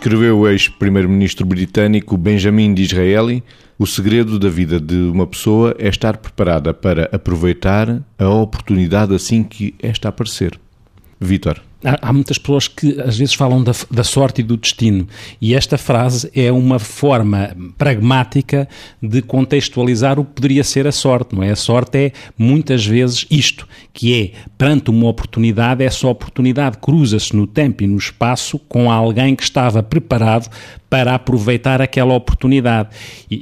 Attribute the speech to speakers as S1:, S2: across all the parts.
S1: Escreveu o ex-primeiro-ministro britânico Benjamin Disraeli: o segredo da vida de uma pessoa é estar preparada para aproveitar a oportunidade assim que esta aparecer. Vítor.
S2: Há muitas pessoas que às vezes falam da sorte e do destino, e esta frase é uma forma pragmática de contextualizar o que poderia ser a sorte, não é? A sorte é muitas vezes isto, que é, perante uma oportunidade, essa oportunidade cruza-se no tempo e no espaço com alguém que estava preparado para aproveitar aquela oportunidade.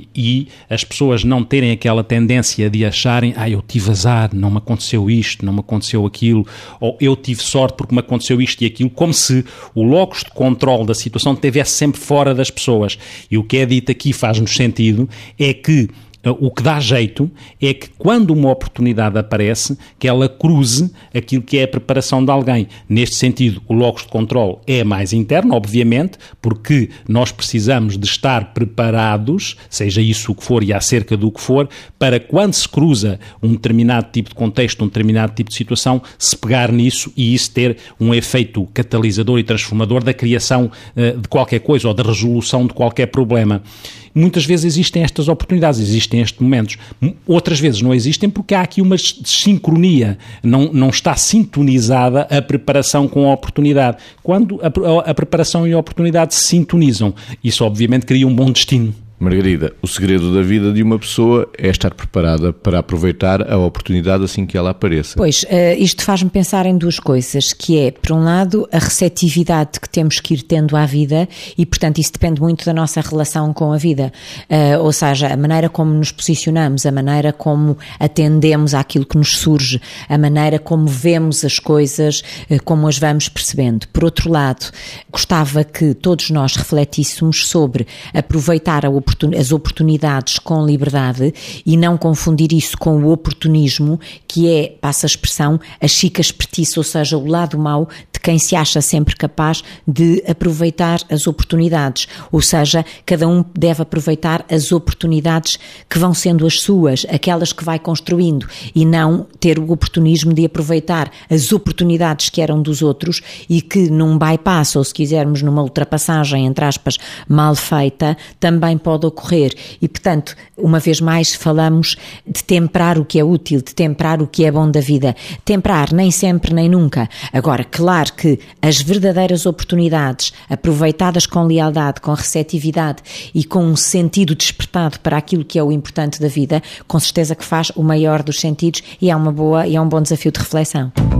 S2: E as pessoas não terem aquela tendência de acharem: eu tive azar, não me aconteceu isto, não me aconteceu aquilo, ou eu tive sorte porque me aconteceu isto e aquilo, como se o locus de controle da situação estivesse sempre fora das pessoas. E o que é dito aqui faz-nos sentido, é que o que dá jeito é que quando uma oportunidade aparece, que ela cruze aquilo que é a preparação de alguém. Neste sentido, o locus de controle é mais interno, obviamente, porque nós precisamos de estar preparados, seja isso o que for e acerca do que for, para quando se cruza um determinado tipo de contexto, um determinado tipo de situação, se pegar nisso e isso ter um efeito catalisador e transformador da criação de qualquer coisa ou da resolução de qualquer problema. Muitas vezes existem estas oportunidades, existem estes momentos. Outras vezes não existem porque há aqui uma sincronia, não está sintonizada a preparação com a oportunidade. Quando a preparação e a oportunidade se sintonizam, isso obviamente cria um bom destino.
S1: Margarida, o segredo da vida de uma pessoa é estar preparada para aproveitar a oportunidade assim que ela apareça.
S3: Pois, isto faz-me pensar em duas coisas, que é, por um lado, a receptividade que temos que ir tendo à vida e, portanto, isso depende muito da nossa relação com a vida. Ou seja, a maneira como nos posicionamos, a maneira como atendemos àquilo que nos surge, a maneira como vemos as coisas, como as vamos percebendo. Por outro lado, gostava que todos nós refletíssemos sobre aproveitar as oportunidades com liberdade e não confundir isso com o oportunismo, que é, passa a expressão, a chica espertice, ou seja, o lado mau de quem se acha sempre capaz de aproveitar as oportunidades. Ou seja, cada um deve aproveitar as oportunidades que vão sendo as suas, aquelas que vai construindo, e não ter o oportunismo de aproveitar as oportunidades que eram dos outros e que num bypass, ou se quisermos numa ultrapassagem, entre aspas, mal feita, também pode ocorrer. E, portanto, uma vez mais falamos de temperar o que é útil, de temperar o que é bom da vida. Temperar nem sempre nem nunca. Agora, claro que as verdadeiras oportunidades, aproveitadas com lealdade, com receptividade e com um sentido despertado para aquilo que é o importante da vida, com certeza que faz o maior dos sentidos e é um bom desafio de reflexão.